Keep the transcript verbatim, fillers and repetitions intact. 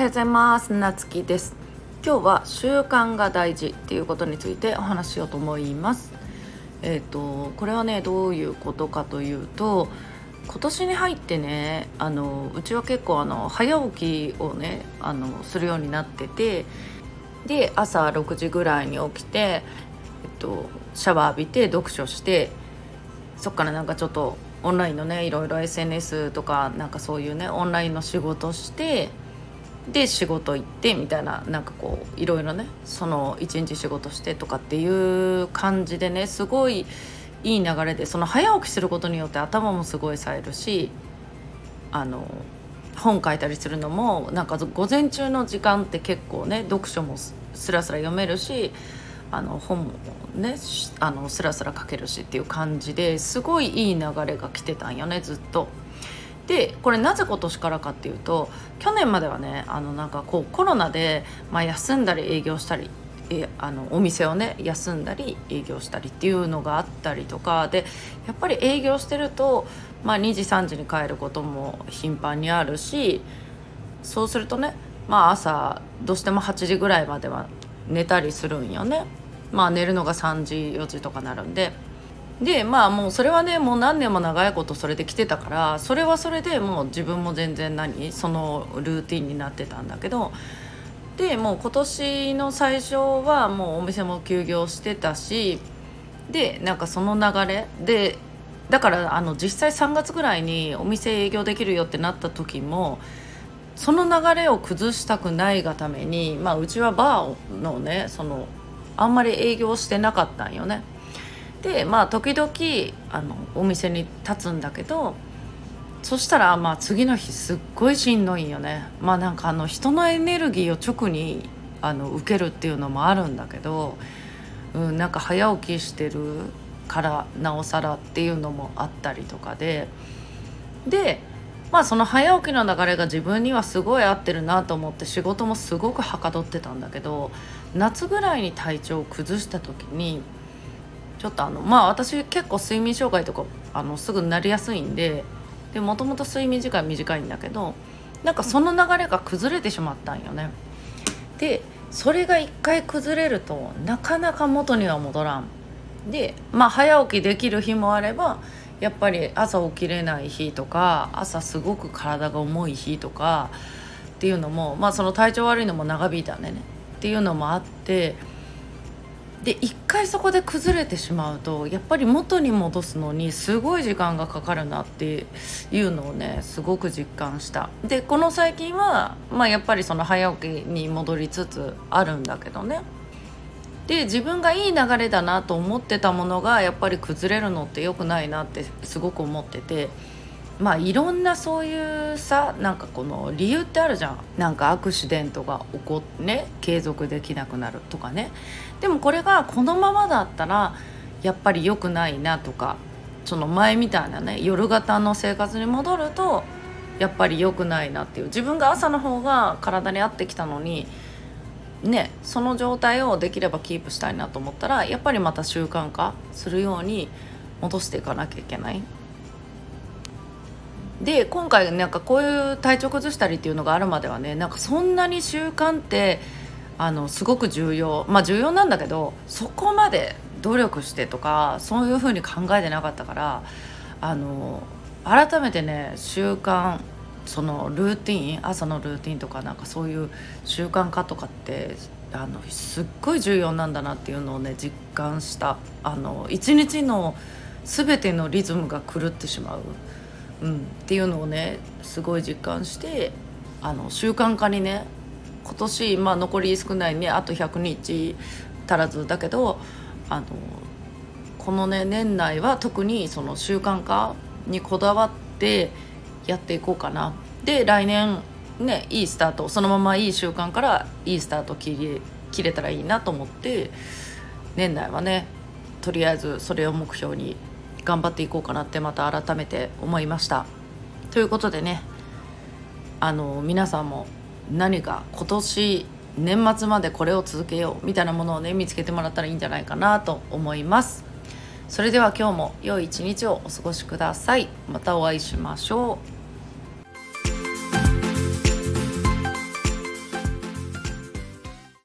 ようございます。なつきです。今日は習慣が大事っていうことについてお話ししようと思います。えっ、とこれはねどういうことかというと、今年に入ってねあのうちは結構あの早起きをねあのするようになってて、で朝ろくじぐらいに起きて、えっと、シャワー浴びて読書して、そっからなんかちょっとオンラインのねいろいろ エスエヌエス とかなんかそういうねオンラインの仕事して、で仕事行ってみたいな、なんかこういろいろねその一日仕事してとかっていう感じでね、すごいいい流れで、その早起きすることによって頭もすごい冴えるし、あの本書いたりするのもなんか午前中の時間って結構ね読書もすすらすら読めるし、あの本もねあのスラスラ書けるしっていう感じで、すごいいい流れが来てたんよねずっと。でこれなぜ今年からかっていうと、去年まではねあのなんかこうコロナで、まあ、休んだり営業したり、えあのお店をね休んだり営業したりっていうのがあったりとかで、やっぱり営業してると、まあ、にじさんじに帰ることも頻繁にあるし、そうするとね、まあ、朝どうしてもはちじぐらいまでは寝たりするんよね。まあ寝るのがさんじよじとかなるんで、でまあもうそれはねもう何年も長いことそれで来てたから、それはそれでもう自分も全然何そのルーティンになってたんだけど、でもう今年の最初はもうお店も休業してたし、でなんかその流れで、だからあの実際さんがつぐらいにお店営業できるよってなった時も、その流れを崩したくないがために、まあうちはバーのねそのあんまり営業してなかったんよね。でまあ時々あのお店に立つんだけど、そしたらまあ次の日すっごいしんどいんよね。まあなんかあの人のエネルギーを直にあの受けるっていうのもあるんだけど、うん、なんか早起きしてるからなおさらっていうのもあったりとかで、でまあその早起きの流れが自分にはすごい合ってるなと思って仕事もすごくはかどってたんだけど、夏ぐらいに体調を崩した時にちょっとあのまあ私結構睡眠障害とかあのすぐなりやすいんで、でもともと睡眠時間短いんだけど、なんかその流れが崩れてしまったんよね。でそれが一回崩れるとなかなか元には戻らん。でまあ早起きできる日もあれば、やっぱり朝起きれない日とか、朝すごく体が重い日とかっていうのも、まあその体調悪いのも長引いたんでねっていうのもあって、で一回そこで崩れてしまうとやっぱり元に戻すのにすごい時間がかかるなっていうのをねすごく実感した。でこの最近は、まあ、やっぱりその早起きに戻りつつあるんだけどね。で自分がいい流れだなと思ってたものがやっぱり崩れるのって良くないなってすごく思ってて、まあいろんなそういうさ、なんかこの理由ってあるじゃん。なんかアクシデントが起こってね継続できなくなるとかね。でもこれがこのままだったらやっぱり良くないなとか、その前みたいなね夜型の生活に戻るとやっぱり良くないなっていう、自分が朝の方が体に合ってきたのにね、その状態をできればキープしたいなと思ったら、やっぱりまた習慣化するように戻していかなきゃいけない。で今回なんかこういう体調崩したりっていうのがあるまではね、なんかそんなに習慣ってあのすごく重要、まあ重要なんだけど、そこまで努力してとかそういう風に考えてなかったから、あの改めてね習慣、そのルーティン、朝のルーティンとかなんかそういう習慣化とかってあのすっごい重要なんだなっていうのをね実感した。あの一日の全てのリズムが狂ってしまう、うん、っていうのをねすごい実感して、あの習慣化にね今年、まあ、残り少ないねあとひゃくにち足らずだけど、あのこのね年内は特にその習慣化にこだわってやっていこうかな。で来年ねいいスタート、そのままいい習慣からいいスタート切れ、切れたらいいなと思って、年内はねとりあえずそれを目標に頑張っていこうかなってまた改めて思いました。ということでね、あの皆さんも何か今年年末までこれを続けようみたいなものをね見つけてもらったらいいんじゃないかなと思います。それでは今日も良い一日をお過ごしください。またお会いしましょう。